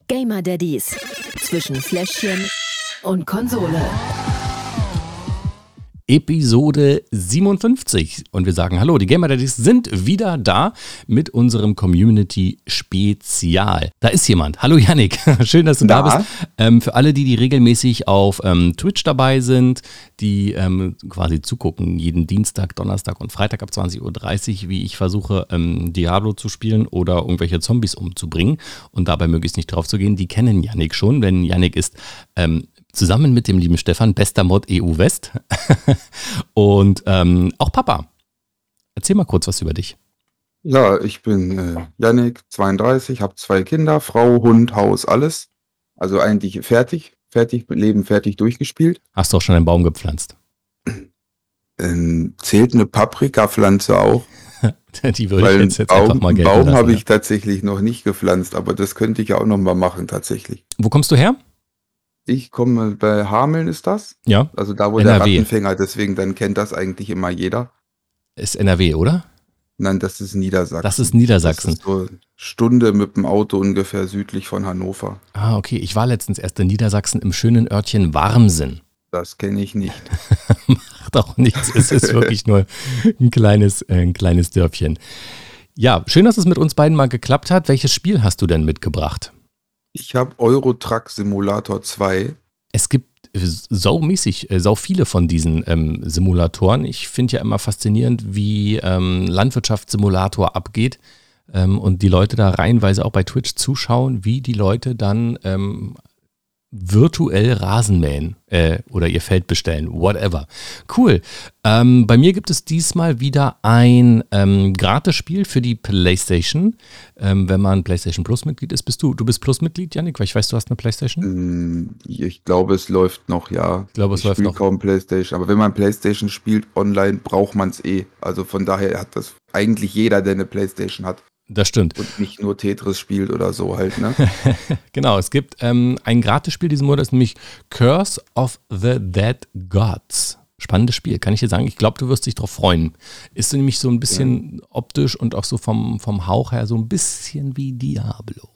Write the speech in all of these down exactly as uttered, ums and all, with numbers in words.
Gamer Daddies zwischen Fläschchen und Konsole. Episode siebenundfünfzig und wir sagen hallo, die Gamer Daddies sind wieder da mit unserem Community-Spezial. Da ist jemand. Hallo Yannick, schön, dass du Na? da bist. Ähm, für alle, die, die regelmäßig auf ähm, Twitch dabei sind, die ähm, quasi zugucken, jeden Dienstag, Donnerstag und Freitag ab zwanzig Uhr dreißig, wie ich versuche, ähm, Diablo zu spielen oder irgendwelche Zombies umzubringen und dabei möglichst nicht drauf zu gehen, die kennen Yannick schon, denn Yannick ist ähm, zusammen mit dem lieben Stefan, bester Mod E U West und ähm, auch Papa. Erzähl mal kurz was über dich. Ja, ich bin äh, Yannick, zweiunddreißig, habe zwei Kinder, Frau, Hund, Haus, alles. Also eigentlich fertig, fertig, Leben fertig durchgespielt. Hast du auch schon einen Baum gepflanzt? Ähm, zählt eine Paprikapflanze auch? Die würde Weil ich jetzt, jetzt Baum, einfach mal gelten Baum lassen, habe ja. ich tatsächlich noch nicht gepflanzt, aber das könnte ich ja auch noch mal machen tatsächlich. Wo kommst du her? Ich komme bei Hameln, ist das? Ja, Also da, wo N der R W. Rattenfänger, deswegen dann kennt das eigentlich immer jeder. Ist N R W, oder? Nein, das ist Niedersachsen. Das ist Niedersachsen. Das ist so eine Stunde mit dem Auto ungefähr südlich von Hannover. Ah, okay. Ich war letztens erst in Niedersachsen im schönen Örtchen Warmsinn. Das kenne ich nicht. Macht auch nichts. Es ist wirklich nur ein kleines, äh, ein kleines Dörfchen. Ja, schön, dass es mit uns beiden mal geklappt hat. Welches Spiel hast du denn mitgebracht? Ich habe Euro Truck Simulator zwei. Es gibt saumäßig, äh, sau viele von diesen ähm, Simulatoren. Ich finde ja immer faszinierend, wie ähm, Landwirtschaftssimulator abgeht ähm, und die Leute da reihenweise auch bei Twitch zuschauen, wie die Leute dann ähm, virtuell Rasen mähen äh, oder ihr Feld bestellen, whatever. Cool. Ähm, bei mir gibt es diesmal wieder ein ähm, Gratis-Spiel für die PlayStation. Ähm, wenn man PlayStation Plus-Mitglied ist, bist du, du bist Plus-Mitglied, Yannick, weil ich weiß, du hast eine PlayStation? Ich glaube, es läuft noch, ja. Ich glaube, es ich läuft spiele noch. kaum PlayStation, aber wenn man PlayStation spielt online, braucht man es eh. Also von daher hat das eigentlich jeder, der eine PlayStation hat. Das stimmt. Und nicht nur Tetris spielt oder so halt, ne? Genau, es gibt ähm, ein Gratis-Spiel diesen Monat, das ist nämlich Curse of the Dead Gods. Spannendes Spiel, kann ich dir sagen. Ich glaube, du wirst dich drauf freuen. Ist nämlich so ein bisschen ja. optisch und auch so vom, vom Hauch her so ein bisschen wie Diablo.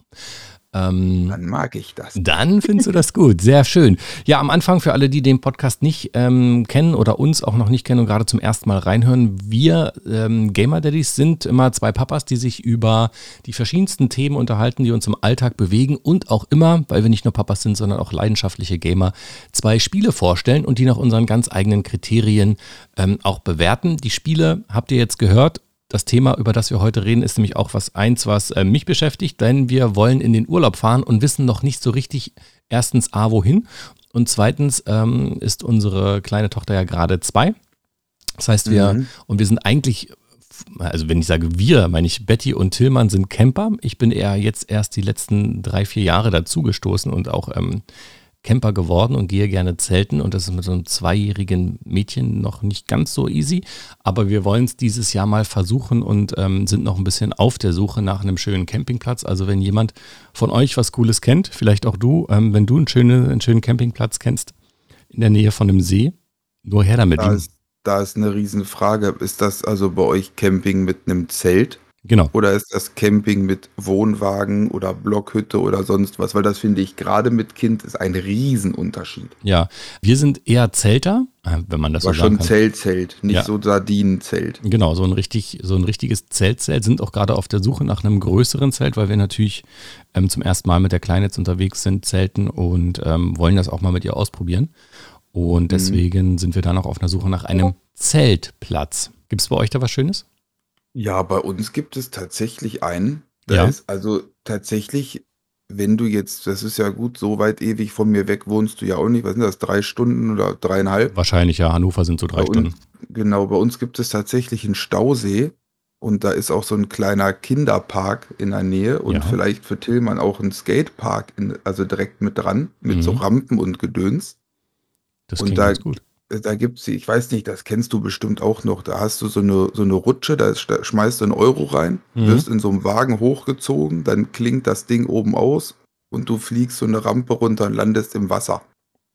Ähm, Dann mag ich das. Dann findest du das gut, sehr schön. Ja, am Anfang für alle, die den Podcast nicht ähm, kennen oder uns auch noch nicht kennen und gerade zum ersten Mal reinhören, wir ähm, Gamer Daddies sind immer zwei Papas, die sich über die verschiedensten Themen unterhalten, die uns im Alltag bewegen und auch immer, weil wir nicht nur Papas sind, sondern auch leidenschaftliche Gamer, zwei Spiele vorstellen und die nach unseren ganz eigenen Kriterien ähm, auch bewerten. Die Spiele habt ihr jetzt gehört. Das Thema, über das wir heute reden, ist nämlich auch was eins, was äh, mich beschäftigt, denn wir wollen in den Urlaub fahren und wissen noch nicht so richtig, erstens A, wohin und zweitens ähm, ist unsere kleine Tochter ja gerade zwei. Das heißt, wir, mhm. und wir sind eigentlich, also wenn ich sage wir, meine ich Betty und Tillmann sind Camper. Ich bin eher jetzt erst die letzten drei, vier Jahre dazugestoßen und auch ähm, Camper geworden und gehe gerne zelten und das ist mit so einem zweijährigen Mädchen noch nicht ganz so easy, aber wir wollen es dieses Jahr mal versuchen und ähm, sind noch ein bisschen auf der Suche nach einem schönen Campingplatz. Also wenn jemand von euch was Cooles kennt, vielleicht auch du, ähm, wenn du einen schönen, einen schönen Campingplatz kennst in der Nähe von einem See, nur her damit. Da ist, da ist eine Riesenfrage. Ist das also bei euch Camping mit einem Zelt? Genau. Oder ist das Camping mit Wohnwagen oder Blockhütte oder sonst was? Weil das finde ich gerade mit Kind ist ein Riesenunterschied. Ja, wir sind eher Zelter, wenn man das Aber so sagen schon kann. Zeltzelt, nicht Ja. so Sardinenzelt. Genau, so ein richtig, so ein richtiges Zeltzelt, sind auch gerade auf der Suche nach einem größeren Zelt, weil wir natürlich ähm, zum ersten Mal mit der Kleinen jetzt unterwegs sind, zelten und ähm, wollen das auch mal mit ihr ausprobieren. Und deswegen mhm. sind wir dann auch auf einer Suche nach einem Zeltplatz. Gibt es bei euch da was Schönes? Ja, bei uns gibt es tatsächlich einen. Da Ja. ist also tatsächlich, wenn du jetzt, das ist ja gut, so weit ewig von mir weg wohnst du ja auch nicht. Was sind das, drei Stunden oder dreieinhalb? Wahrscheinlich, ja. Hannover sind so drei Bei Stunden. uns, genau, bei uns gibt es tatsächlich einen Stausee und da ist auch so ein kleiner Kinderpark in der Nähe und Ja. vielleicht für Tillmann auch ein Skatepark, in, also direkt mit dran, mit Mhm. so Rampen und Gedöns. Das Und klingt da, ganz gut. da gibt's, ich weiß nicht, das kennst du bestimmt auch noch, da hast du so eine, so eine Rutsche, da ist- da schmeißt du einen Euro rein, Mhm. wirst in so einem Wagen hochgezogen, dann klingt das Ding oben aus und du fliegst so eine Rampe runter und landest im Wasser.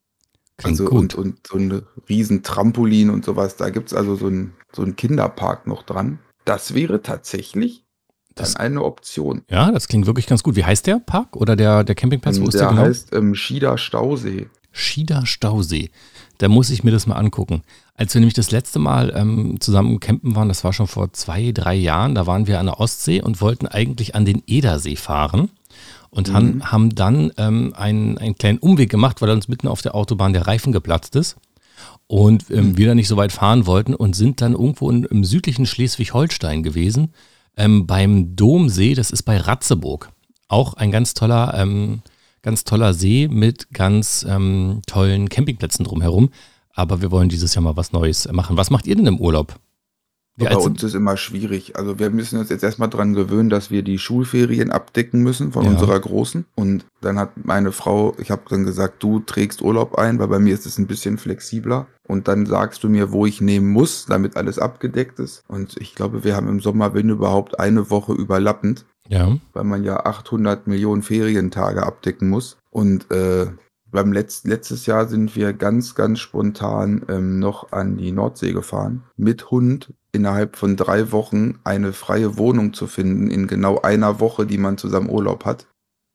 Klingt Also gut. und, und so ein riesen Trampolin und sowas, da gibt's also so einen so einen Kinderpark noch dran. Das wäre tatsächlich Das- dann eine Option. Ja, das klingt wirklich ganz gut. Wie heißt der Park oder der, der Campingplatz? Wo ist der Der genau? heißt ähm, Schieder Stausee. Schieder Stausee. Da muss ich mir das mal angucken. Als wir nämlich das letzte Mal ähm, zusammen campen waren, das war schon vor zwei, drei Jahren, da waren wir an der Ostsee und wollten eigentlich an den Edersee fahren und Mhm. han, haben dann ähm, einen, einen kleinen Umweg gemacht, weil uns mitten auf der Autobahn der Reifen geplatzt ist und ähm, Mhm. wir da nicht so weit fahren wollten und sind dann irgendwo in, im südlichen Schleswig-Holstein gewesen, ähm, beim Domsee, das ist bei Ratzeburg. Auch ein ganz toller, ähm, ganz toller See mit ganz ähm, tollen Campingplätzen drumherum. Aber wir wollen dieses Jahr mal was Neues machen. Was macht ihr denn im Urlaub? Wie Bei alt sind- uns ist immer schwierig. Also wir müssen uns jetzt erstmal dran gewöhnen, dass wir die Schulferien abdecken müssen von Ja. unserer Großen. Und dann hat meine Frau, ich habe dann gesagt, du trägst Urlaub ein, weil bei mir ist es ein bisschen flexibler. Und dann sagst du mir, wo ich nehmen muss, damit alles abgedeckt ist. Und ich glaube, wir haben im Sommer, wenn überhaupt, eine Woche überlappend, Ja. weil man ja achthundert Millionen Ferientage abdecken muss. Und äh, beim Letz letztes Jahr sind wir ganz, ganz spontan ähm, noch an die Nordsee gefahren. Mit Hund innerhalb von drei Wochen eine freie Wohnung zu finden, in genau einer Woche, die man zusammen Urlaub hat,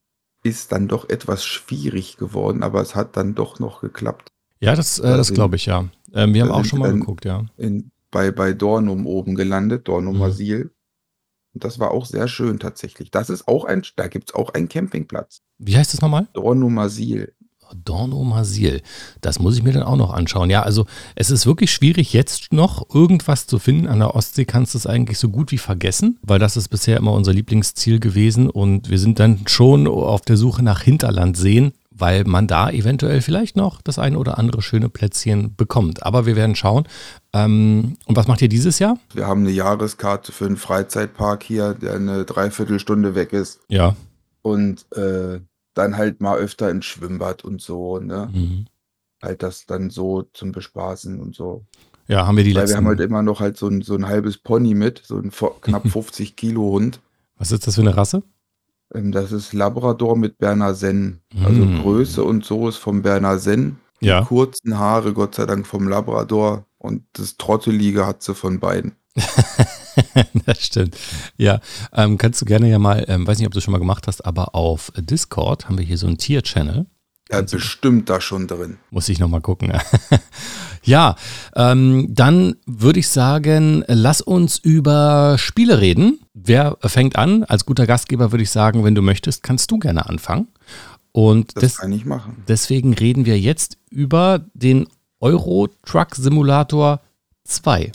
ist dann doch etwas schwierig geworden, aber es hat dann doch noch geklappt. Ja, das, äh, Da das sind- glaube ich, ja. Ähm, wir haben da auch sind schon mal dann- geguckt, ja. In, bei, bei Dornum oben gelandet, Dornum Mhm. Asyl. Und das war auch sehr schön tatsächlich. Das ist auch ein, da gibt es auch einen Campingplatz. Wie heißt das nochmal? Dornum Asyl. Dornumasil. Das muss ich mir dann auch noch anschauen. Ja, also es ist wirklich schwierig, jetzt noch irgendwas zu finden. An der Ostsee kannst du es eigentlich so gut wie vergessen, weil das ist bisher immer unser Lieblingsziel gewesen. Und wir sind dann schon auf der Suche nach Hinterlandseen, weil man da eventuell vielleicht noch das ein oder andere schöne Plätzchen bekommt. Aber wir werden schauen. Ähm, und was macht ihr dieses Jahr? Wir haben eine Jahreskarte für einen Freizeitpark hier, der eine Dreiviertelstunde weg ist. Ja. Und äh, dann halt mal öfter ins Schwimmbad und so, ne? Mhm. Halt das dann so zum Bespaßen und so. Ja, haben wir die Weil wir letzten. haben halt immer noch halt so ein, so ein halbes Pony mit, so ein vo- knapp fünfzig Kilo Hund. Was ist das für eine Rasse? Ähm, das ist Labrador mit Berner Senn. Also Mm. Größe und so ist vom Berner Senn. Die Ja. kurzen Haare, Gott sei Dank, vom Labrador. Und das Trottelige hat sie von beiden. Das stimmt. Ja, ähm, kannst du gerne ja mal, ähm, weiß nicht, ob du schon mal gemacht hast, aber auf Discord haben wir hier so einen Tier-Channel. Er hat bestimmt da schon drin. Muss ich nochmal gucken. Ja, ähm, dann würde ich sagen, lass uns über Spiele reden. Wer fängt an? Als guter Gastgeber würde ich sagen, wenn du möchtest, kannst du gerne anfangen. Und Das des, kann ich machen. deswegen reden wir jetzt über den Euro Truck Simulator zwei.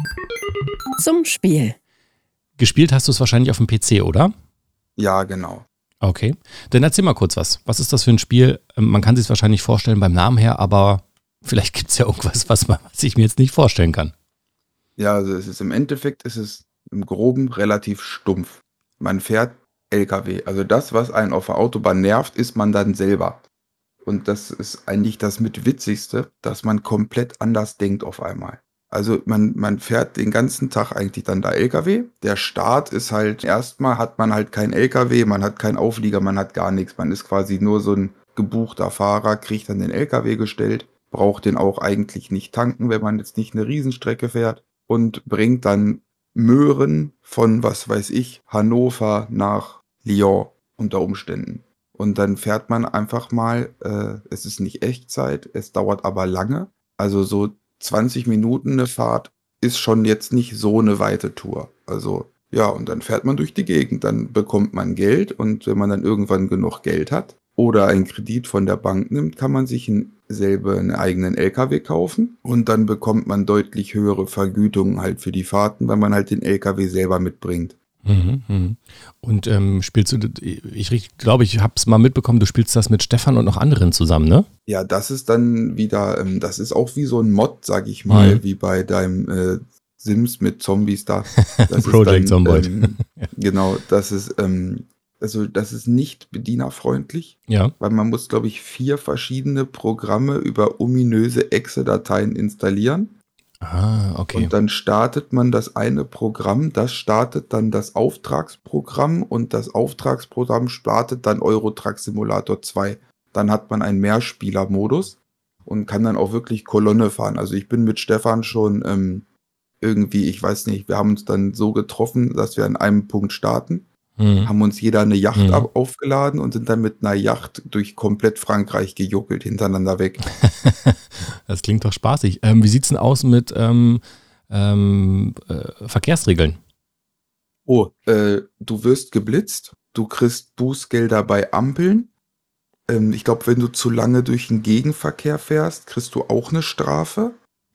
Zum Spiel. Gespielt hast du es wahrscheinlich auf dem P C, oder? Ja, genau. Okay, dann erzähl mal kurz was. Was ist das für ein Spiel? Ähm, Man kann sich es wahrscheinlich vorstellen beim Namen her, aber vielleicht gibt es ja irgendwas, was, man, was ich mir jetzt nicht vorstellen kann. Ja, also es ist im Endeffekt, ist es im Groben relativ stumpf. Man fährt L K W. Also das, was einen auf der Autobahn nervt, ist man dann selber. Und das ist eigentlich das mit Witzigste, dass man komplett anders denkt auf einmal. Also man, man fährt den ganzen Tag eigentlich dann da L K W. Der Start ist halt, erstmal hat man halt kein L K W, man hat keinen Auflieger, man hat gar nichts. Man ist quasi nur so ein gebuchter Fahrer, kriegt dann den L K W gestellt, braucht den auch eigentlich nicht tanken, wenn man jetzt nicht eine Riesenstrecke fährt und bringt dann Möhren von, was weiß ich, Hannover nach Lyon unter Umständen. Und dann fährt man einfach mal, äh, es ist nicht Echtzeit, es dauert aber lange. Also so zwanzig Minuten eine Fahrt ist schon jetzt nicht so eine weite Tour. Also ja, und dann fährt man durch die Gegend, dann bekommt man Geld und wenn man dann irgendwann genug Geld hat oder einen Kredit von der Bank nimmt, kann man sich ein, selber einen eigenen L K W kaufen und dann bekommt man deutlich höhere Vergütungen halt für die Fahrten, weil man halt den L K W selber mitbringt. Mhm, mhm. Und ähm, spielst du, ich glaube, ich habe es mal mitbekommen, du spielst das mit Stefan und noch anderen zusammen, ne? Ja, das ist dann wieder, ähm, das ist auch wie so ein Mod, sag ich mal, Mhm. wie bei deinem äh, Sims mit Zombies da. Das Project ist dann, Zomboid. ähm, Genau, das ist, ähm, also das ist nicht bedienerfreundlich, Ja. weil man muss, glaube ich, vier verschiedene Programme über ominöse Exe-Dateien installieren. Ah, okay. Und dann startet man das eine Programm, das startet dann das Auftragsprogramm und das Auftragsprogramm startet dann Euro Truck Simulator zwei. Dann hat man einen Mehrspieler-Modus und kann dann auch wirklich Kolonne fahren. Also ich bin mit Stefan schon ähm, irgendwie, ich weiß nicht, wir haben uns dann so getroffen, dass wir an einem Punkt starten, Mhm. haben uns jeder eine Yacht Mhm. ab- aufgeladen und sind dann mit einer Yacht durch komplett Frankreich gejuckelt, hintereinander weg. Das klingt doch spaßig. Ähm, wie sieht's denn aus mit ähm, ähm, äh, Verkehrsregeln? Oh, äh, du wirst geblitzt, du kriegst Bußgelder bei Ampeln. Ähm, ich glaube, wenn du zu lange durch den Gegenverkehr fährst, kriegst du auch eine Strafe.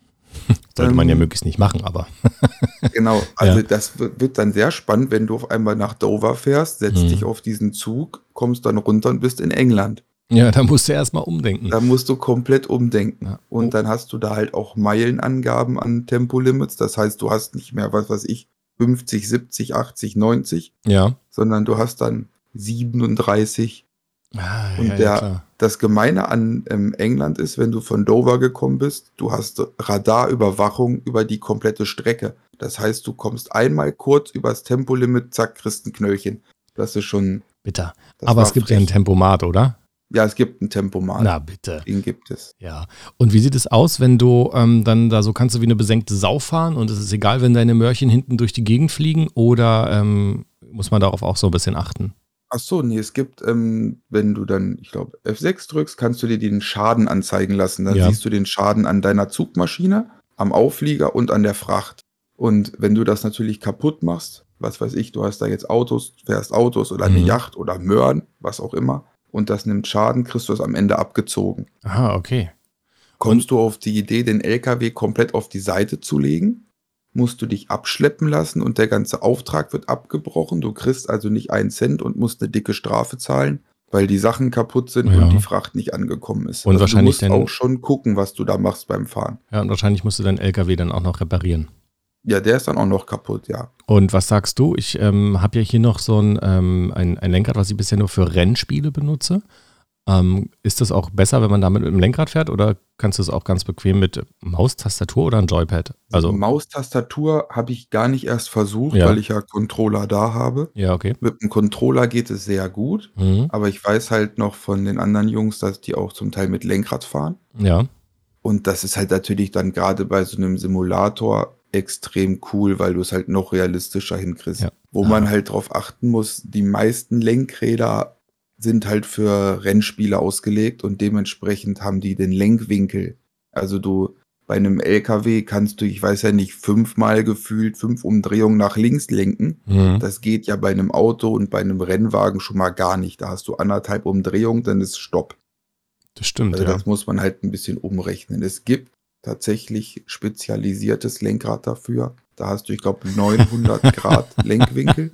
Sollte man ja Ähm, möglichst nicht machen, aber Genau, also ja. das wird wird dann sehr spannend, wenn du auf einmal nach Dover fährst, setzt dich Mhm. auf diesen Zug, kommst dann runter und bist in England. Ja, da musst du erstmal umdenken. Da musst du komplett umdenken. Ja. Und Oh, dann hast du da halt auch Meilenangaben an Tempolimits. Das heißt, du hast nicht mehr, was weiß ich, fünfzig, siebzig, achtzig, neunzig, ja. sondern du hast dann siebenunddreißig. Ah, Und ja, ja, der, klar. das Gemeine an ähm, England ist, wenn du von Dover gekommen bist, du hast Radarüberwachung über die komplette Strecke. Das heißt, du kommst einmal kurz übers Tempolimit, zack, kriegst ein Knöllchen. Das ist schon, Bitte. das Aber war es gibt ja ein frech. Tempomat, oder? Ja, es gibt ein Tempomat. Na bitte. Den gibt es. Ja. Und wie sieht es aus, wenn du ähm, dann da so kannst du wie eine besenkte Sau fahren und es ist egal, wenn deine Möhrchen hinten durch die Gegend fliegen oder ähm, muss man darauf auch so ein bisschen achten? Ach so, nee, es gibt, ähm, wenn du dann, ich glaube, F sechs drückst, kannst du dir den Schaden anzeigen lassen. Dann Ja. siehst du den Schaden an deiner Zugmaschine, am Auflieger und an der Fracht. Und wenn du das natürlich kaputt machst, was weiß ich, du hast da jetzt Autos, fährst Autos oder eine Mhm. Yacht oder Möhren, was auch immer, und das nimmt Schaden, kriegst du es am Ende abgezogen. Aha, okay. Kommst du auf die Idee, den L K W komplett auf die Seite zu legen, musst du dich abschleppen lassen und der ganze Auftrag wird abgebrochen. Du kriegst also nicht einen Cent und musst eine dicke Strafe zahlen, weil die Sachen kaputt sind Ja. und die Fracht nicht angekommen ist. Und also wahrscheinlich du musst dann- auch schon gucken, was du da machst beim Fahren. Ja, und wahrscheinlich musst du deinen L K W dann auch noch reparieren. Ja, der ist dann auch noch kaputt, ja. Und was sagst du? Ich ähm, habe ja hier noch so ein, ähm, ein, ein Lenkrad, was ich bisher nur für Rennspiele benutze. Ähm, ist das auch besser, wenn man damit mit dem Lenkrad fährt oder kannst du es auch ganz bequem mit Maustastatur oder ein Joypad? Also, Maustastatur habe ich gar nicht erst versucht, Ja. weil ich ja Controller da habe. ja, okay. Mit dem Controller geht es sehr gut, Mhm. aber ich weiß halt noch von den anderen Jungs, dass die auch zum Teil mit Lenkrad fahren. Ja, Und das ist halt natürlich dann gerade bei so einem Simulator extrem cool, weil du es halt noch realistischer hinkriegst. Ja. Wo Ah. man halt drauf achten muss, die meisten Lenkräder sind halt für Rennspiele ausgelegt und dementsprechend haben die den Lenkwinkel. Also du bei einem L K W kannst du, ich weiß ja nicht, fünfmal gefühlt fünf Umdrehungen nach links lenken. mhm. Das geht ja bei einem Auto und bei einem Rennwagen schon mal gar nicht. Da hast du anderthalb Umdrehungen, dann ist Stopp. das stimmt. Also ja. das muss man halt ein bisschen umrechnen. Es gibt tatsächlich spezialisiertes Lenkrad dafür. Da hast du, ich glaube, neunhundert Grad Lenkwinkel.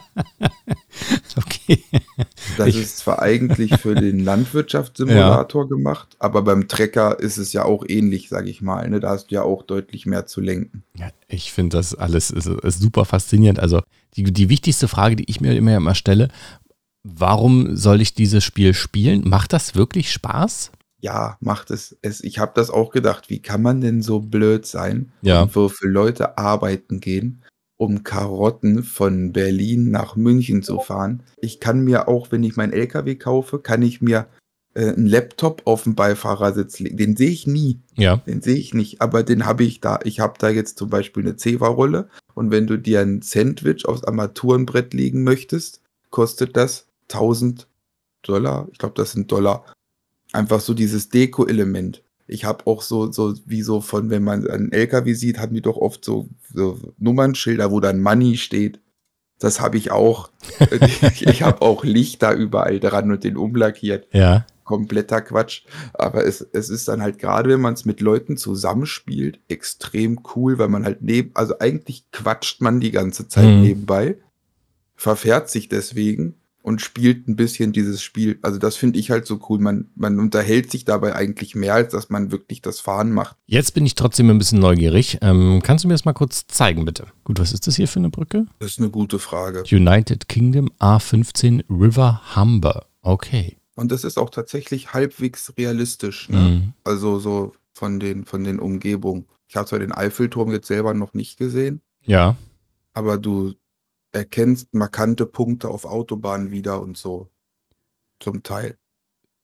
Okay. Das Ich- ist zwar eigentlich für den Landwirtschaftssimulator gemacht, aber beim Trecker ist es ja auch ähnlich, sage ich mal. Ne? Da hast du ja auch deutlich mehr zu lenken. Ja, ich finde das alles ist, ist super faszinierend. Also die, die wichtigste Frage, die ich mir immer, immer stelle, warum soll ich dieses Spiel spielen? Macht das wirklich Spaß? Ja, macht es. es ich habe das auch gedacht, wie kann man denn so blöd sein Ja. und wo für Leute arbeiten gehen, um Karotten von Berlin nach München zu fahren. Ich kann mir auch, wenn ich meinen L K W kaufe, kann ich mir äh, einen Laptop auf den Beifahrersitz legen. Den sehe ich nie. Ja. Den sehe ich nicht, aber den habe ich da. Ich habe da jetzt zum Beispiel eine Zewa-Rolle und wenn du dir ein Sandwich aufs Armaturenbrett legen möchtest, kostet das tausend Dollar. Ich glaube, das sind Dollar. Einfach so dieses Deko-Element. Ich habe auch so, so, wie so von, wenn man einen L K W sieht, haben die doch oft so, so Nummernschilder, wo dann Money steht. Das habe ich auch. ich ich habe auch Lichter überall dran und den umlackiert. Ja. Kompletter Quatsch. Aber es, es ist dann halt gerade, wenn man es mit Leuten zusammenspielt, extrem cool, weil man halt neben, also eigentlich quatscht man die ganze Zeit Mhm. nebenbei, verfährt sich deswegen und spielt ein bisschen dieses Spiel. Also das finde ich halt so cool. Man, man unterhält sich dabei eigentlich mehr, als dass man wirklich das Fahren macht. Jetzt bin ich trotzdem ein bisschen neugierig. Ähm, kannst du mir das mal kurz zeigen, bitte? Gut, was ist das hier für eine Brücke? Das ist eine gute Frage. United Kingdom A fünfzehn River Humber. Okay. Und das ist auch tatsächlich halbwegs realistisch. Ne? Mhm. Also so von den, von den Umgebungen. Ich habe zwar den Eiffelturm jetzt selber noch nicht gesehen, Ja. aber du erkennst markante Punkte auf Autobahnen wieder und so. Zum Teil.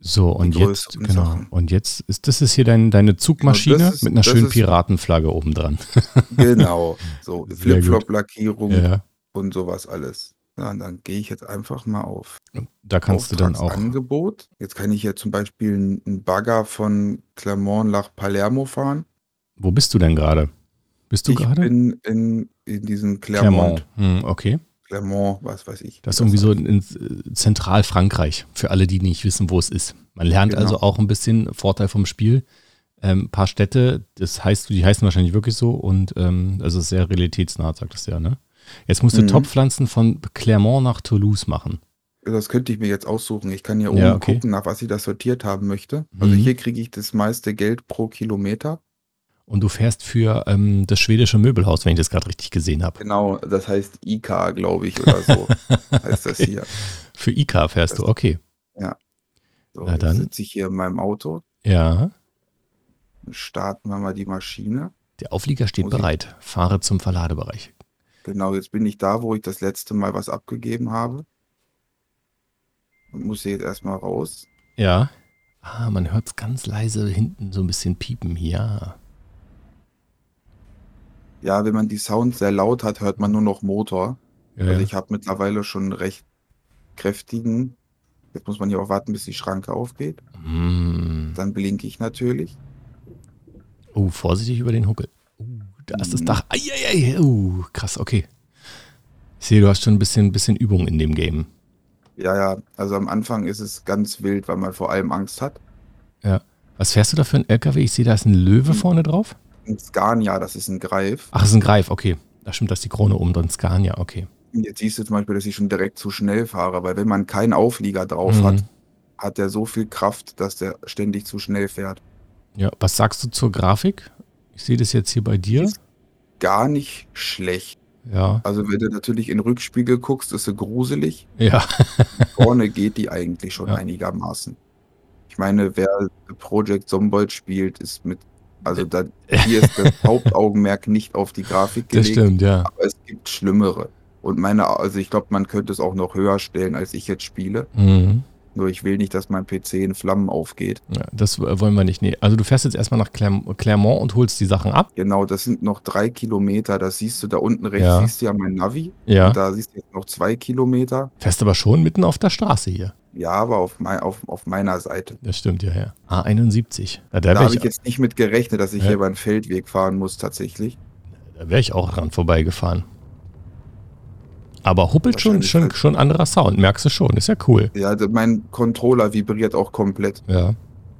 So, und jetzt, größeren genau. Sachen. Und jetzt ist das ist hier dein, deine Zugmaschine Genau, das ist- mit einer das schönen ist- Piratenflagge oben dran. Genau, so Sehr Flip-Flop-Lackierung Ja. und sowas alles. Ja, und dann gehe ich jetzt einfach mal auf Da kannst du dann auch. Auftragsangebot. Jetzt kann ich hier zum Beispiel einen einen Bagger von Clermont nach Palermo fahren. Wo bist du denn gerade? Bist du Ich gerade? bin in, in diesem Clermont. Hm, okay. Clermont, was weiß ich. Das ist wie irgendwie so heißt. in, in Zentralfrankreich, für alle, die nicht wissen, wo es ist. Man lernt Genau. also auch ein bisschen Vorteil vom Spiel. Ein ähm, paar Städte, das heißt, die heißen wahrscheinlich wirklich so und ähm, also es ist sehr realitätsnah, sagt das ja, ne? Jetzt musst du Mhm. Topfpflanzen von Clermont nach Toulouse machen. Das könnte ich mir jetzt aussuchen. Ich kann hier oben Ja, okay. gucken, nach was ich das sortiert haben möchte. Also Mhm. hier kriege ich das meiste Geld pro Kilometer. Und du fährst für ähm, das schwedische Möbelhaus, wenn ich das gerade richtig gesehen habe. Genau, das heißt I K, glaube ich, oder so heißt das hier. Für I K fährst du, okay. So, Na jetzt dann. sitze ich hier in meinem Auto. Ja, Dann starten wir mal die Maschine. der Auflieger steht Muss ich- bereit. Fahre zum Verladebereich. Genau, jetzt bin ich da, wo ich das letzte Mal was abgegeben habe. Und muss hier jetzt erstmal raus. Ja. Ah, man hört es ganz leise hinten so ein bisschen piepen hier. Ja, wenn man die Sounds sehr laut hat, hört man nur noch Motor. Ja, Also ja. ich habe mittlerweile schon einen recht kräftigen. Jetzt muss man hier auch warten, bis die Schranke aufgeht. Mm. Dann blinke ich natürlich. Oh, vorsichtig über den Huckel. Uh, da ist das Mhm. Dach. Eieiei. Uh, krass, okay. Ich sehe, du hast schon ein bisschen, bisschen Übung in dem Game. Ja, ja, also am Anfang ist es ganz wild, weil man vor allem Angst hat. Ja. Was fährst du da für ein L K W? Ich sehe, da ist ein Löwe Mhm. vorne drauf. Ein Scania, das ist ein Greif. Ach, das ist ein Greif, okay. Da stimmt, da ist die Krone oben drin. Scania, okay. Und jetzt siehst du zum Beispiel, dass ich schon direkt zu schnell fahre, weil wenn man keinen Auflieger drauf Mhm. hat, hat der so viel Kraft, dass der ständig zu schnell fährt. Ja, was sagst du zur Grafik? Ich sehe das jetzt hier bei dir. Ist gar nicht schlecht. Ja, Also wenn du natürlich in den Rückspiegel guckst, ist sie gruselig. ja. Vorne geht die eigentlich schon Ja. einigermaßen. Ich meine, wer Project Zomboid spielt, ist mit, also da, hier ist das Hauptaugenmerk nicht auf die Grafik Das gelegt, stimmt, ja. aber es gibt schlimmere. Und meine, also ich glaube, man könnte es auch noch höher stellen, als ich jetzt spiele. Mhm. Nur ich will nicht, dass mein P C in Flammen aufgeht. Ja, das äh, wollen wir nicht. Nee. Also du fährst jetzt erstmal nach Clerm- Clermont und holst die Sachen ab. Genau, das sind noch drei Kilometer. Das siehst du da unten rechts, Ja. siehst du ja mein Navi. Ja. Und da siehst du jetzt noch zwei Kilometer. Fährst aber schon mitten auf der Straße hier. Ja, aber auf, mein, auf, auf meiner Seite. Das stimmt, ja, ja. A einundsiebzig. Da, da Da wäre habe ich, ich jetzt nicht mit gerechnet, dass ich Ja. hier über einen Feldweg fahren muss, tatsächlich. da wär ich auch dran vorbeigefahren. Aber huppelt schon, Wahrscheinlich schon, halt. schon anderer Sound, merkst du schon. Ist ja cool. Ja, also mein Controller vibriert auch komplett. Ja.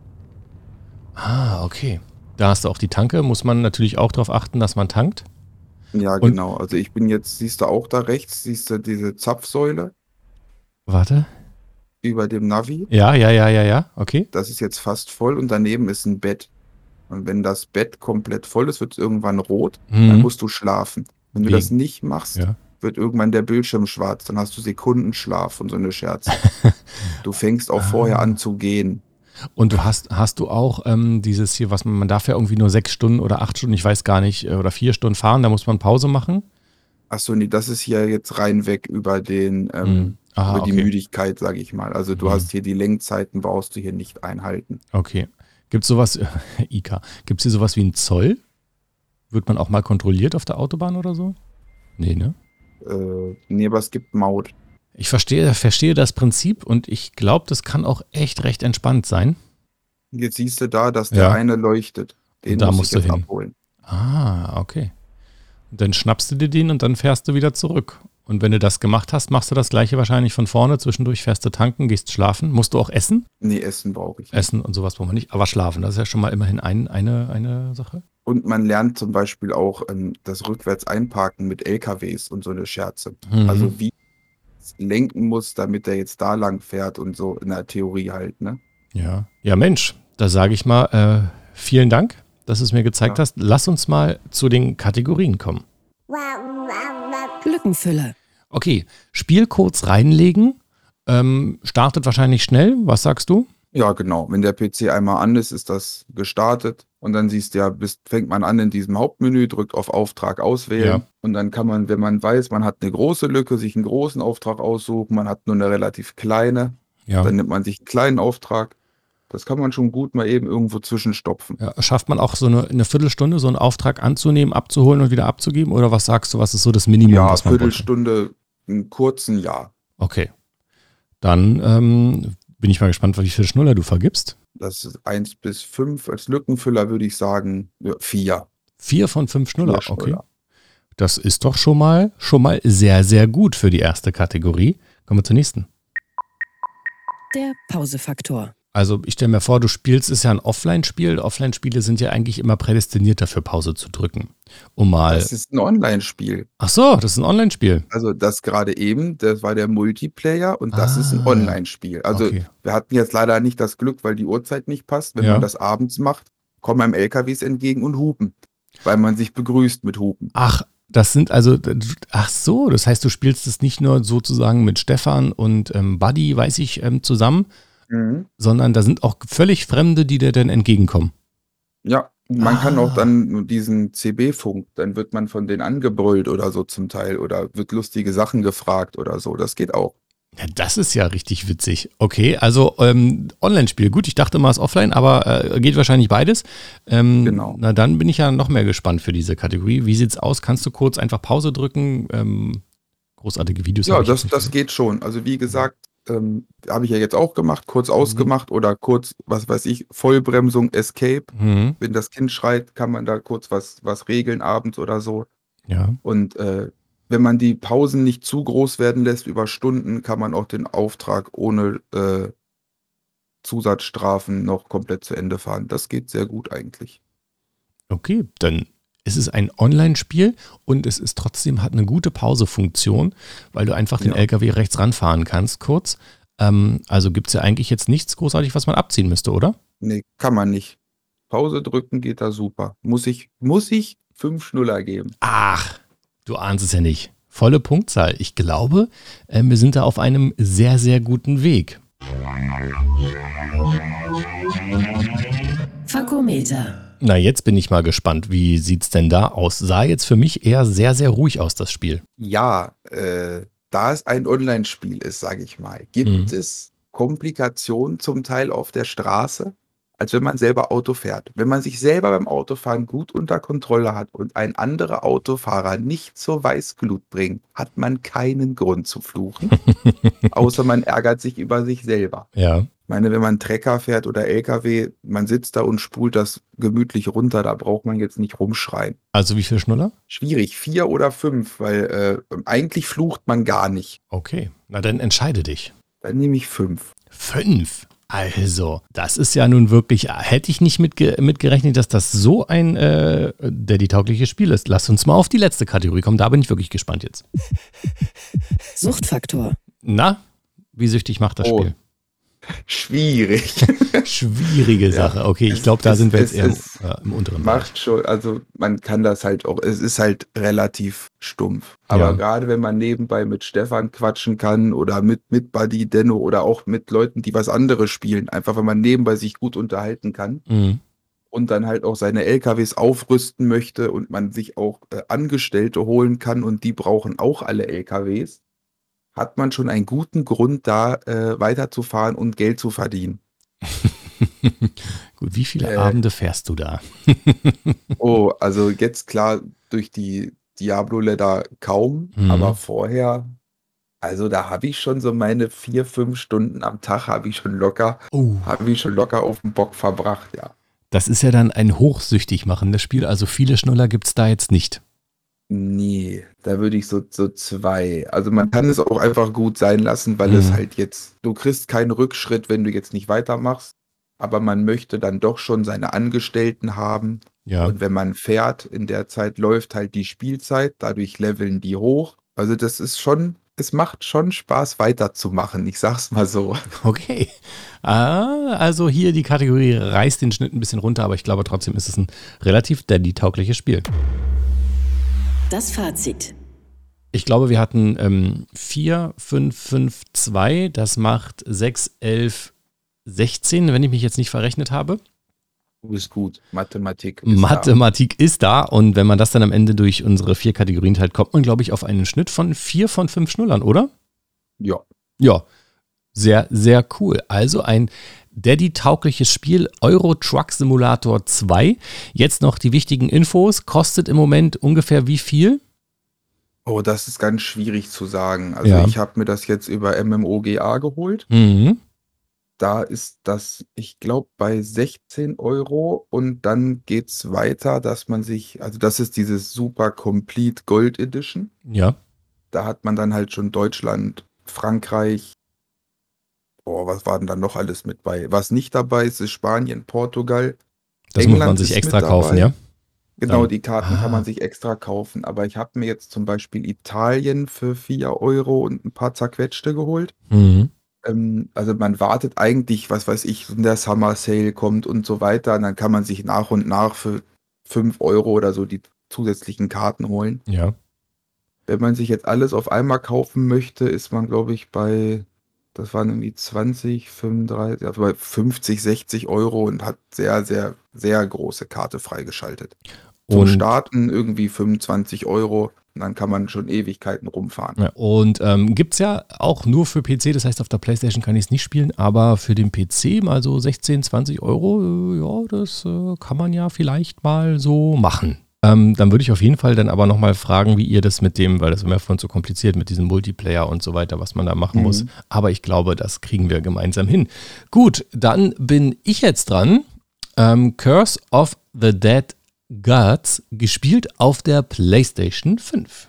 Ah, okay. Da hast du auch die Tanke. Muss man natürlich auch darauf achten, dass man tankt. Ja, Und- genau. Also ich bin jetzt, siehst du auch da rechts, siehst du diese Zapfsäule Warte. über dem Navi. Ja, ja, ja, ja, ja. Okay. Das ist jetzt fast voll und daneben ist ein Bett. Und wenn das Bett komplett voll ist, wird es irgendwann rot. Dann Mhm. musst du schlafen. Wenn du Wie? das nicht machst, Ja. wird irgendwann der Bildschirm schwarz. Dann hast du Sekundenschlaf und so eine Scherze. Du fängst auch vorher Ah. an zu gehen. Und du hast, hast du auch ähm, dieses hier, was man, man darf ja irgendwie nur sechs Stunden oder acht Stunden, ich weiß gar nicht, äh, oder vier Stunden fahren, da muss man Pause machen. Achso, nee, das ist hier jetzt rein weg über den, ähm, Mhm. Ah, über die okay. Müdigkeit, sage ich mal. Also du Mhm. hast hier die Lenkzeiten, brauchst du hier nicht einhalten. Okay. Gibt es sowas, I K, gibt es hier sowas wie einen Zoll? Wird man auch mal kontrolliert auf der Autobahn oder so? Nee, ne? Äh, nee, aber es gibt Maut. Ich verstehe, verstehe das Prinzip und ich glaube, das kann auch echt recht entspannt sein. Jetzt siehst du da, dass der Ja. eine leuchtet. Den Und da muss musst ich du jetzt hin. abholen. Ah, okay. Und dann schnappst du dir den und dann fährst du wieder zurück. Und wenn du das gemacht hast, machst du das gleiche wahrscheinlich von vorne. Zwischendurch fährst du tanken, gehst schlafen. Musst du auch essen? Nee, Essen brauche ich nicht. Essen und sowas brauchen wir nicht. Aber schlafen, das ist ja schon mal immerhin ein, eine, eine Sache. Und man lernt zum Beispiel auch ähm, das rückwärts einparken mit L K Ws und so eine Scherze. Mhm. Also wie es lenken muss, damit er jetzt da lang fährt und so in der Theorie halt, ne? Ja. Ja, Mensch, da sage ich mal, äh, vielen Dank, dass du es mir gezeigt Ja. hast. Lass uns mal zu den Kategorien kommen. Lückenfüller. Okay, Spielcodes reinlegen. Ähm, startet wahrscheinlich schnell. Was sagst du? Ja, genau. Wenn der P C einmal an ist, ist das gestartet. Und dann siehst du ja, bis, fängt man an in diesem Hauptmenü, drückt auf Auftrag auswählen. Ja. Und dann kann man, wenn man weiß, man hat eine große Lücke, sich einen großen Auftrag aussuchen. Man hat nur eine relativ kleine. Ja. Dann nimmt man sich einen kleinen Auftrag. das kann man schon gut mal eben irgendwo zwischenstopfen. Ja, schafft man auch so eine, eine Viertelstunde, so einen Auftrag anzunehmen, abzuholen und wieder abzugeben? Oder was sagst du, was ist so das Minimum, Ja, was man braucht? Viertelstunde, einen kurzen Ja. Okay. Dann ähm, bin ich mal gespannt, wie viele Schnuller du vergibst. Das ist eins bis fünf. Als Lückenfüller würde ich sagen, ja, vier. Vier von fünf Schnuller, Vier okay. Schnuller. Das ist doch schon mal, schon mal sehr, sehr gut für die erste Kategorie. Kommen wir zur nächsten. Der Pausefaktor. Also ich stelle mir vor, du spielst, ist ja ein Offline-Spiel. Offline-Spiele sind ja eigentlich immer prädestiniert dafür, Pause zu drücken. Um mal. Das ist ein Online-Spiel. Ach so, das ist ein Online-Spiel. Also das gerade eben, das war der Multiplayer und das Ah, ist ein Online-Spiel. Also okay. wir hatten jetzt leider nicht das Glück, weil die Uhrzeit nicht passt. Wenn Ja. man das abends macht, kommen einem L K Ws entgegen und hupen, weil man sich begrüßt mit Hupen. Ach, das sind also, ach so, das heißt, du spielst es nicht nur sozusagen mit Stefan und ähm, Buddy, weiß ich, ähm, zusammen, Mhm. sondern da sind auch völlig Fremde, die dir dann entgegenkommen. Ja, man kann Ah. auch dann diesen C B-Funk, dann wird man von denen angebrüllt oder so zum Teil oder wird lustige Sachen gefragt oder so. Das geht auch. Ja, das ist ja richtig witzig. Okay, also ähm, Online-Spiel. Gut, ich dachte mal, es ist offline, aber äh, geht wahrscheinlich beides. Ähm, Genau. Na, dann bin ich ja noch mehr gespannt für diese Kategorie. Wie sieht's aus? Kannst du kurz einfach Pause drücken? Ähm, großartige Videos. Ja, habe ich das, jetzt nicht das gesehen. geht schon. Also wie gesagt, ähm, habe ich ja jetzt auch gemacht, kurz Mhm. ausgemacht oder kurz, was weiß ich, Vollbremsung, Escape. Mhm. Wenn das Kind schreit, kann man da kurz was, was regeln abends oder so. Ja. Und äh, wenn man die Pausen nicht zu groß werden lässt über Stunden, kann man auch den Auftrag ohne äh, Zusatzstrafen noch komplett zu Ende fahren. Das geht sehr gut eigentlich. Okay, dann ist es ein Online-Spiel und es ist trotzdem, hat eine gute Pausefunktion, weil du einfach den Ja. L K W rechts ranfahren kannst, kurz. Ähm, also gibt es ja eigentlich jetzt nichts großartig, was man abziehen müsste, oder? Nee, kann man nicht. Pause drücken geht da super. Muss ich, muss ich fünf Schnuller geben. Ach, du ahnst es ja nicht. Volle Punktzahl. Ich glaube, äh, wir sind da auf einem sehr, sehr guten Weg. Fakometer. Na, jetzt bin ich mal gespannt. Wie sieht's denn da aus? Sah jetzt für mich eher sehr, sehr ruhig aus, das Spiel. Ja, äh, da es ein Online-Spiel ist, sage ich mal, gibt Mhm. es Komplikationen zum Teil auf der Straße, als wenn man selber Auto fährt. Wenn man sich selber beim Autofahren gut unter Kontrolle hat und ein anderer Autofahrer nicht zur Weißglut bringt, hat man keinen Grund zu fluchen, außer man ärgert sich über sich selber. Ja. Ich meine, wenn man Trecker fährt oder L K W, man sitzt da und spult das gemütlich runter, da braucht man jetzt nicht rumschreien. Also wie viel Schnuller? Schwierig, vier oder fünf, weil äh, eigentlich flucht man gar nicht. Okay, na dann entscheide dich. Dann nehme ich fünf. Fünf. Also, das ist ja nun wirklich, hätte ich nicht mitge mitgerechnet, dass das so ein äh, Daddy-taugliches Spiel ist. Lass uns mal auf die letzte Kategorie kommen, da bin ich wirklich gespannt jetzt. Suchtfaktor. Na, wie süchtig macht das Oh. Spiel? Schwierig. Schwierige Ja. Sache. Okay, ich Es- glaube, da es- sind wir jetzt es- eher im, es äh, im unteren Bereich. Macht schon, also man kann das halt auch, es ist halt relativ stumpf. Aber Ja. gerade wenn man nebenbei mit Stefan quatschen kann oder mit, mit Buddy, Denno oder auch mit Leuten, die was anderes spielen, einfach wenn man nebenbei sich gut unterhalten kann Mhm. und dann halt auch seine L K Ws aufrüsten möchte und man sich auch äh, Angestellte holen kann und die brauchen auch alle L K Ws, hat man schon einen guten Grund da äh, weiterzufahren und Geld zu verdienen. Gut, wie viele Äh. Abende fährst du da? Oh, also jetzt klar durch die Diablo-Leather kaum, Mhm. aber vorher, also da habe ich schon so meine vier, fünf Stunden am Tag habe ich schon locker, Oh, habe ich schon locker auf dem Bock verbracht, ja. das ist ja dann ein hochsüchtig machendes Spiel, also viele Schnuller gibt es da jetzt nicht. Nee, da würde ich so, so zwei. Also man kann es auch einfach gut sein lassen, weil Mhm. es halt jetzt, du kriegst keinen Rückschritt, wenn du jetzt nicht weitermachst, aber man möchte dann doch schon seine Angestellten haben. Ja, Und wenn man fährt, in der Zeit läuft halt die Spielzeit, dadurch leveln die hoch. Also das ist schon, es macht schon Spaß weiterzumachen, ich sag's mal so. okay. Ah, also hier die Kategorie reißt den Schnitt ein bisschen runter, aber ich glaube trotzdem ist es ein relativ Daddy-taugliches Spiel. Das Fazit. Ich glaube, wir hatten ähm, vier, fünf, fünf, zwei. Das macht sechs, elf, sechzehn, wenn ich mich jetzt nicht verrechnet habe. Du bist gut, Mathematik ist Mathematik ist da und wenn man das dann am Ende durch unsere vier Kategorien teilt, kommt man, glaube ich, auf einen Schnitt von vier von fünf Schnullern, oder? da. Ja, Ja, sehr, sehr cool. Also ein Daddy-taugliches Spiel Euro Truck Simulator zwei. Jetzt noch die wichtigen Infos. Kostet im Moment ungefähr wie viel? Oh, das ist ganz schwierig zu sagen. Also Ja. ich habe mir das jetzt über MMOGA geholt. Mhm. Da ist das, ich glaube, bei sechzehn Euro und dann geht's weiter, dass man sich, also das ist dieses Super Complete Gold Edition. Ja. Da hat man dann halt schon Deutschland, Frankreich, boah, was war denn da noch alles mit bei? Was nicht dabei ist, ist Spanien, Portugal. Das muss man England sich ist extra mit kaufen, dabei. ja? Genau, Dann- die Karten Ah. kann man sich extra kaufen. Aber ich habe mir jetzt zum Beispiel Italien für vier Euro und ein paar zerquetschte geholt. Mhm. Ähm, also man wartet eigentlich, was weiß ich, wenn der Summer Sale kommt und so weiter. Und dann kann man sich nach und nach für fünf Euro oder so die zusätzlichen Karten holen. Ja. Wenn man sich jetzt alles auf einmal kaufen möchte, ist man, glaube ich, bei, das waren irgendwie zwanzig, fünfunddreißig, also bei fünfzig, sechzig Euro und hat sehr, sehr, sehr große Karte freigeschaltet. Zum Und- Starten irgendwie fünfundzwanzig Euro und dann kann man schon Ewigkeiten rumfahren. Ja, und ähm, gibt es ja auch nur für P C, das heißt auf der PlayStation kann ich es nicht spielen, aber für den P C mal so sechzehn, zwanzig Euro, äh, ja, das äh, kann man ja vielleicht mal so machen. Ähm, dann würde ich auf jeden Fall dann aber nochmal fragen, wie ihr das mit dem, weil das ist mir vorhin so kompliziert mit diesem Multiplayer und so weiter, was man da machen Mhm. muss. Aber ich glaube, das kriegen wir gemeinsam hin. Gut, dann bin ich jetzt dran. Ähm, Curse of the Dead Gods, gespielt auf der PlayStation fünf.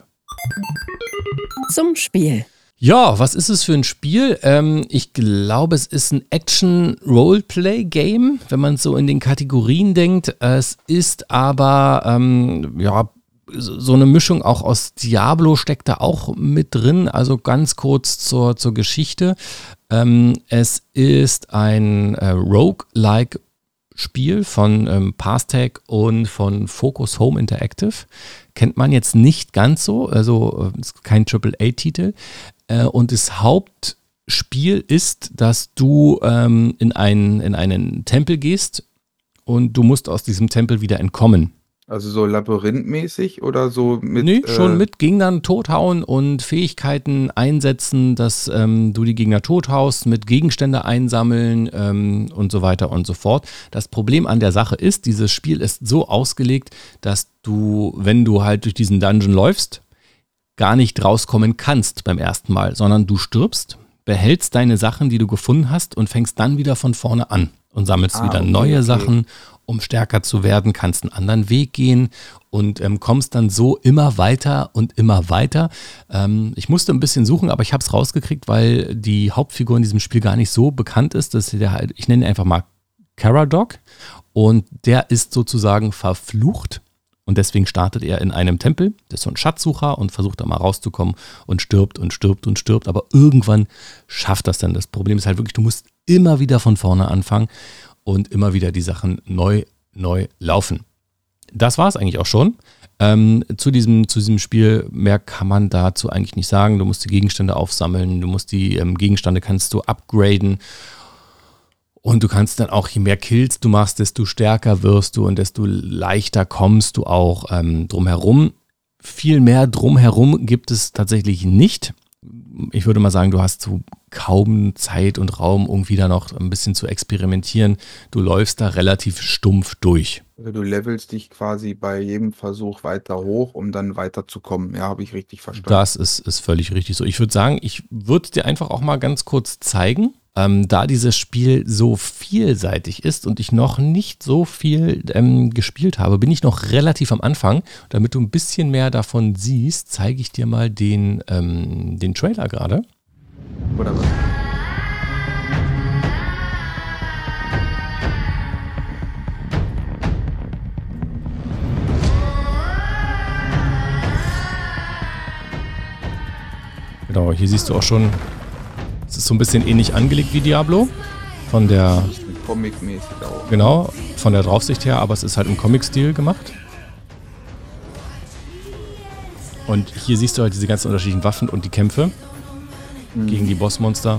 Zum Spiel. Ja, was ist es für ein Spiel? Ähm, ich glaube, es ist ein Action-Roleplay-Game, wenn man so in den Kategorien denkt. Es ist aber, ähm, ja, so so eine Mischung auch aus Diablo steckt da auch mit drin. Also ganz kurz zur, zur Geschichte. Ähm, es ist ein äh, Roguelike Spiel von ähm, Pastec und von Focus Home Interactive. Kennt man jetzt nicht ganz so, also äh, ist kein Triple A-Titel. Äh, und das Hauptspiel ist, dass du ähm, in, einen, in einen Tempel gehst und du musst aus diesem Tempel wieder entkommen. Also so labyrinthmäßig oder so mit. Nee, schon äh, mit Gegnern tothauen und Fähigkeiten einsetzen, dass ähm, du die Gegner tothaust, mit Gegenstände einsammeln ähm, und so weiter und so fort. Das Problem an der Sache ist, dieses Spiel ist so ausgelegt, dass du, wenn du halt durch diesen Dungeon läufst, gar nicht rauskommen kannst beim ersten Mal, sondern du stirbst, behältst deine Sachen, die du gefunden hast und fängst dann wieder von vorne an und sammelst Ah, wieder okay, neue okay. Sachen, um stärker zu werden, kannst einen anderen Weg gehen und ähm, kommst dann so immer weiter und immer weiter. Ähm, ich musste ein bisschen suchen, aber ich habe es rausgekriegt, weil die Hauptfigur in diesem Spiel gar nicht so bekannt ist. Das ist der halt, ich nenne ihn einfach mal Caradog und der ist sozusagen verflucht. Und deswegen startet er in einem Tempel, der ist so ein Schatzsucher und versucht da mal rauszukommen und stirbt und stirbt und stirbt, aber irgendwann schafft das dann. Das Problem ist halt wirklich, du musst immer wieder von vorne anfangen und immer wieder die Sachen neu, neu laufen. Das war es eigentlich auch schon. Ähm, zu, diesem, zu diesem Spiel, mehr kann man dazu eigentlich nicht sagen. Du musst die Gegenstände aufsammeln, du musst die ähm, Gegenstände kannst du upgraden. Und du kannst dann auch, je mehr Kills du machst, desto stärker wirst du und desto leichter kommst du auch ähm, drumherum. Viel mehr drumherum gibt es tatsächlich nicht. Ich würde mal sagen, du hast so kaum Zeit und Raum, irgendwie da noch ein bisschen zu experimentieren. Du läufst da relativ stumpf durch. Also du levelst dich quasi bei jedem Versuch weiter hoch, um dann weiterzukommen. Ja, habe ich richtig verstanden. Das ist, ist völlig richtig so. Ich würde sagen, ich würde dir einfach auch mal ganz kurz zeigen, ähm, da dieses Spiel so vielseitig ist und ich noch nicht so viel ähm, gespielt habe, bin ich noch relativ am Anfang. Damit du ein bisschen mehr davon siehst, zeige ich dir mal den, ähm, den Trailer gerade. Oder was? Genau, hier siehst du auch schon, es ist so ein bisschen ähnlich angelegt wie Diablo. Von der, Comic-mäßig auch. genau, von der Draufsicht her, aber es ist halt im Comic-Stil gemacht. Und hier siehst du halt diese ganzen unterschiedlichen Waffen und die Kämpfe gegen die Bossmonster.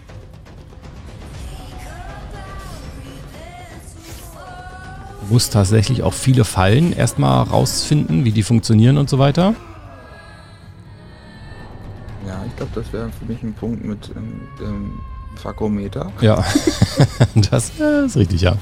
Du musst tatsächlich auch viele Fallen erstmal rausfinden, wie die funktionieren und so weiter. Ja, ich glaube, das wäre für mich ein Punkt mit ähm, ähm, Fakometer. Ja, das äh, ist richtig, ja.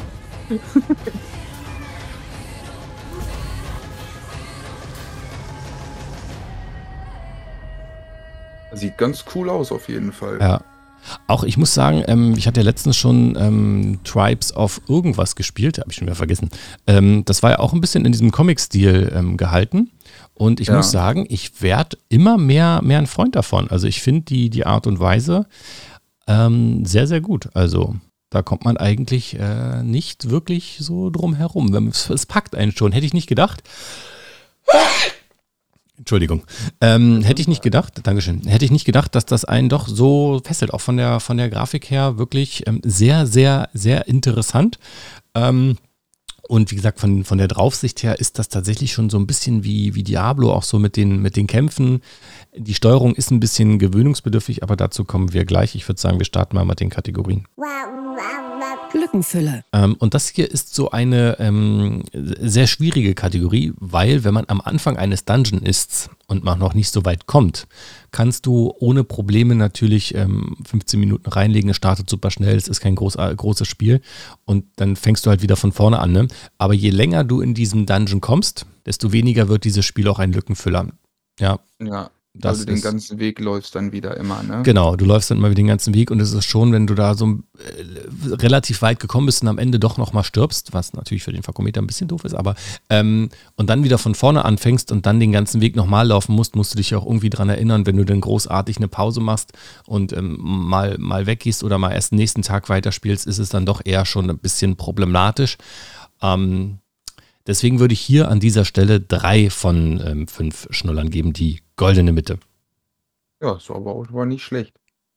Sieht ganz cool aus auf jeden Fall. Ja. Auch ich muss sagen, ähm, ich hatte ja letztens schon ähm, Tribes of irgendwas gespielt, habe ich schon wieder vergessen. Ähm, das war ja auch ein bisschen in diesem Comic-Stil ähm, gehalten. Und ich Ja. muss sagen, ich werde immer mehr, mehr ein Freund davon. Also ich finde die, die Art und Weise ähm, sehr, sehr gut. Also da kommt man eigentlich äh, nicht wirklich so drum herum. Wenn- Es, es packt einen schon, hätte ich nicht gedacht. Entschuldigung. Ähm, hätte ich nicht gedacht, Dankeschön, hätte ich nicht gedacht, dass das einen doch so fesselt. Auch von der, von der Grafik her wirklich ähm, sehr, sehr, sehr interessant. Ähm, und wie gesagt, von, von der Draufsicht her ist das tatsächlich schon so ein bisschen wie, wie Diablo, auch so mit den, mit den Kämpfen. Die Steuerung ist ein bisschen gewöhnungsbedürftig, aber dazu kommen wir gleich. Ich würde sagen, wir starten mal mit den Kategorien. Lückenfüller. Ähm, und das hier ist so eine ähm, sehr schwierige Kategorie, weil wenn man am Anfang eines Dungeon ist und man noch nicht so weit kommt, kannst du ohne Probleme natürlich ähm, fünfzehn Minuten reinlegen, es startet super schnell, es ist kein groß, äh, großes Spiel und dann fängst du halt wieder von vorne an. Ne? Aber je länger du in diesen Dungeon kommst, desto weniger wird dieses Spiel auch ein Lückenfüller. Ja, Ja, das weil du den ist- ganzen Weg läufst dann wieder immer, ne? genau, du läufst dann immer wieder den ganzen Weg und es ist schon, wenn du da so äh, relativ weit gekommen bist und am Ende doch nochmal stirbst, was natürlich für den Fakometer ein bisschen doof ist, aber ähm, und dann wieder von vorne anfängst und dann den ganzen Weg nochmal laufen musst, musst du dich auch irgendwie dran erinnern, wenn du dann großartig eine Pause machst und ähm, mal, mal weggehst oder mal erst den nächsten Tag weiterspielst, ist es dann doch eher schon ein bisschen problematisch. Ähm, deswegen würde ich hier an dieser Stelle drei von ähm, fünf Schnullern geben, die goldene Mitte. Ja, ist aber auch war nicht schlecht.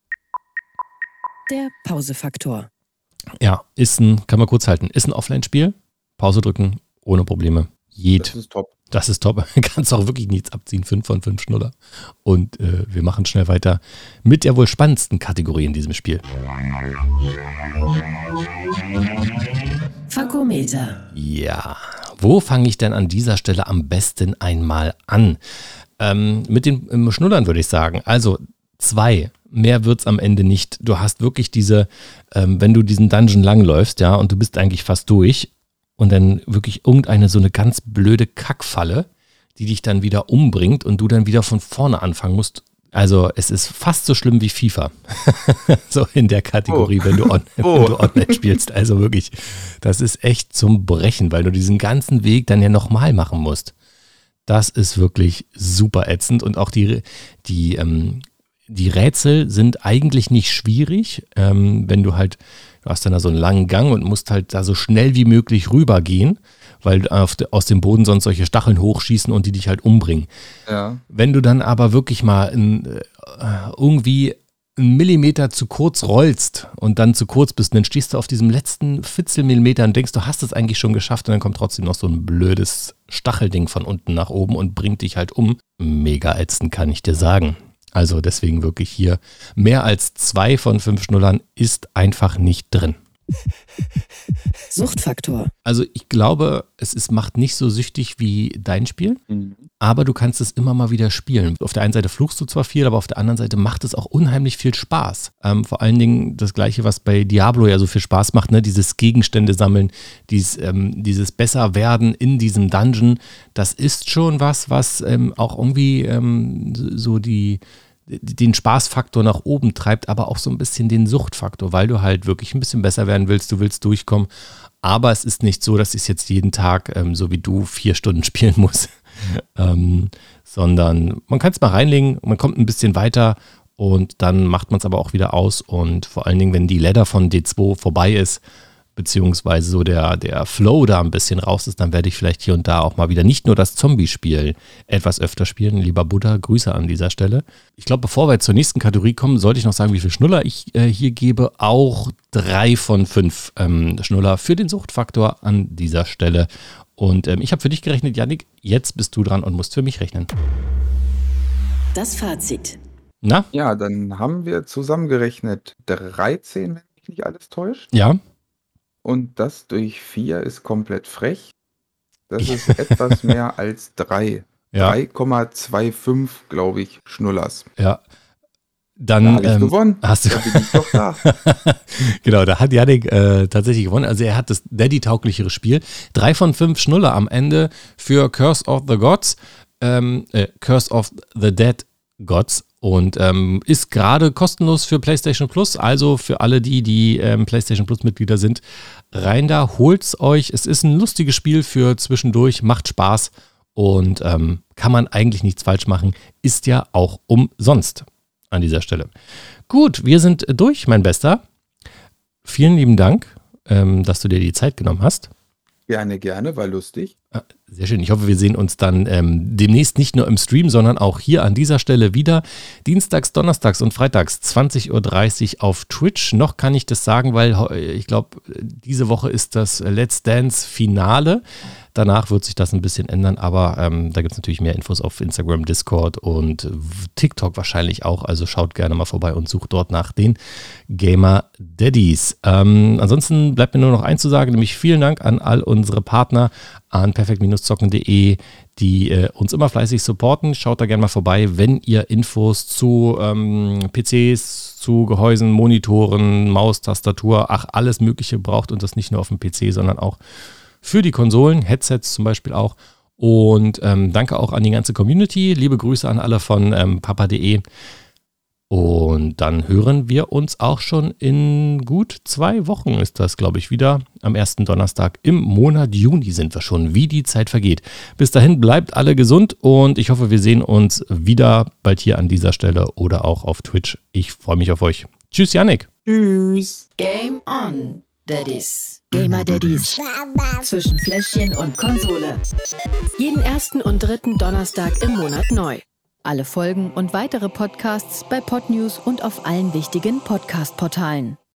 Der Pausefaktor. Ja, ist ein, kann man kurz halten, ist ein Offline-Spiel. Pause drücken, ohne Probleme. Das Jed. ist top. Das ist top. Kannst auch wirklich nichts abziehen. Fünf von fünf Schnuller. Und äh, wir machen schnell weiter mit der wohl spannendsten Kategorie in diesem Spiel. Fakometer. Ja, wo fange ich denn an dieser Stelle am besten einmal an? Ähm, mit den ähm, Schnullern würde ich sagen. Also zwei, mehr wird's am Ende nicht. Du hast wirklich diese, ähm, wenn du diesen Dungeon langläufst, ja, und du bist eigentlich fast durch und dann wirklich irgendeine so eine ganz blöde Kackfalle, die dich dann wieder umbringt und du dann wieder von vorne anfangen musst. Also es ist fast so schlimm wie FIFA. So in der Kategorie, Oh. wenn, du on, Oh. wenn du online spielst. Also wirklich, das ist echt zum Brechen, weil du diesen ganzen Weg dann ja nochmal machen musst. Das ist wirklich super ätzend und auch die, die, ähm, die Rätsel sind eigentlich nicht schwierig, ähm, wenn du halt, du hast dann da so einen langen Gang und musst halt da so schnell wie möglich rübergehen, weil auf de, aus dem Boden sonst solche Stacheln hochschießen und die dich halt umbringen. Ja. Wenn du dann aber wirklich mal in, äh, irgendwie einen Millimeter zu kurz rollst und dann zu kurz bist, dann stehst du auf diesem letzten Fitzelmillimeter und denkst, du hast es eigentlich schon geschafft und dann kommt trotzdem noch so ein blödes Stachelding von unten nach oben und bringt dich halt um. Mega ätzend, kann ich dir sagen. Also deswegen wirklich hier mehr als zwei von fünf Schnullern ist einfach nicht drin. Suchtfaktor. Also ich glaube, es ist, macht nicht so süchtig wie dein Spiel. Aber du kannst es immer mal wieder spielen. Auf der einen Seite fluchst du zwar viel, aber auf der anderen Seite macht es auch unheimlich viel Spaß. Ähm, vor allen Dingen das Gleiche, was bei Diablo ja so viel Spaß macht, ne? Dieses Gegenstände sammeln, dieses, ähm, dieses Besserwerden in diesem Dungeon, das ist schon was, was ähm, auch irgendwie ähm, so die, den Spaßfaktor nach oben treibt, aber auch so ein bisschen den Suchtfaktor, weil du halt wirklich ein bisschen besser werden willst, du willst durchkommen. Aber es ist nicht so, dass ich es jetzt jeden Tag, ähm, so wie du, vier Stunden spielen muss. ähm, sondern man kann es mal reinlegen, man kommt ein bisschen weiter und dann macht man es aber auch wieder aus und vor allen Dingen, wenn die Ladder von D zwei vorbei ist, beziehungsweise so der, der Flow da ein bisschen raus ist, dann werde ich vielleicht hier und da auch mal wieder nicht nur das Zombie-Spiel etwas öfter spielen. Lieber Buddha, Grüße an dieser Stelle. Ich glaube, bevor wir zur nächsten Kategorie kommen, sollte ich noch sagen, wie viel Schnuller ich äh, hier gebe. Auch drei von fünf ähm, Schnuller für den Suchtfaktor an dieser Stelle. Und ähm, ich habe für dich gerechnet, Yannick, jetzt bist du dran und musst für mich rechnen. Das Fazit. Na? Ja, dann haben wir zusammengerechnet dreizehn, wenn mich nicht alles täuscht. Ja? Und das durch vier ist komplett frech. Das ist etwas mehr als drei. Ja. drei Komma fünfundzwanzig, glaube ich, Schnullers. Ja. Dann Da hab ich ähm, gewonnen. hast du Da bin ich doch da. Genau, da hat Yannick äh, tatsächlich gewonnen. Also er hat das Daddy-tauglichere Spiel. Drei von fünf Schnuller am Ende für Curse of the Gods, ähm, äh, Curse of the Dead Gods und ähm, ist gerade kostenlos für PlayStation Plus. Also für alle die, die ähm, PlayStation Plus Mitglieder sind, rein da, holt's euch. Es ist ein lustiges Spiel für zwischendurch, macht Spaß und ähm, kann man eigentlich nichts falsch machen. Ist ja auch umsonst an dieser Stelle. Gut, wir sind durch, mein Bester. Vielen lieben Dank, ähm, dass du dir die Zeit genommen hast. Gerne, gerne, war lustig. Sehr schön. Ich hoffe, wir sehen uns dann ähm, demnächst nicht nur im Stream, sondern auch hier an dieser Stelle wieder. Dienstags, Donnerstags und Freitags zwanzig Uhr dreißig auf Twitch. Noch kann ich das sagen, weil ich glaube, diese Woche ist das Let's Dance Finale. Danach wird sich das ein bisschen ändern, aber ähm, da gibt es natürlich mehr Infos auf Instagram, Discord und TikTok wahrscheinlich auch. Also schaut gerne mal vorbei und sucht dort nach den Gamer Daddies. Ähm, ansonsten bleibt mir nur noch eins zu sagen, nämlich vielen Dank an all unsere Partner, an perfekt zocken punkt de, die äh, uns immer fleißig supporten. Schaut da gerne mal vorbei, wenn ihr Infos zu ähm, P Cs, zu Gehäusen, Monitoren, Maus, Tastatur, ach, alles Mögliche braucht und das nicht nur auf dem P C, sondern auch für die Konsolen, Headsets zum Beispiel auch. Und ähm, danke auch an die ganze Community. Liebe Grüße an alle von ähm, papa punkt de. Und dann hören wir uns auch schon in gut zwei Wochen, ist das, glaube ich, wieder. Am ersten Donnerstag im Monat Juni sind wir schon, wie die Zeit vergeht. Bis dahin bleibt alle gesund und ich hoffe, wir sehen uns wieder bald hier an dieser Stelle oder auch auf Twitch. Ich freue mich auf euch. Tschüss, Yannick. Tschüss. Game on, Daddies. Gamer Daddies. Zwischen Fläschchen und Konsole. Jeden ersten und dritten Donnerstag im Monat neu. Alle Folgen und weitere Podcasts bei Podnews und auf allen wichtigen Podcast-Portalen.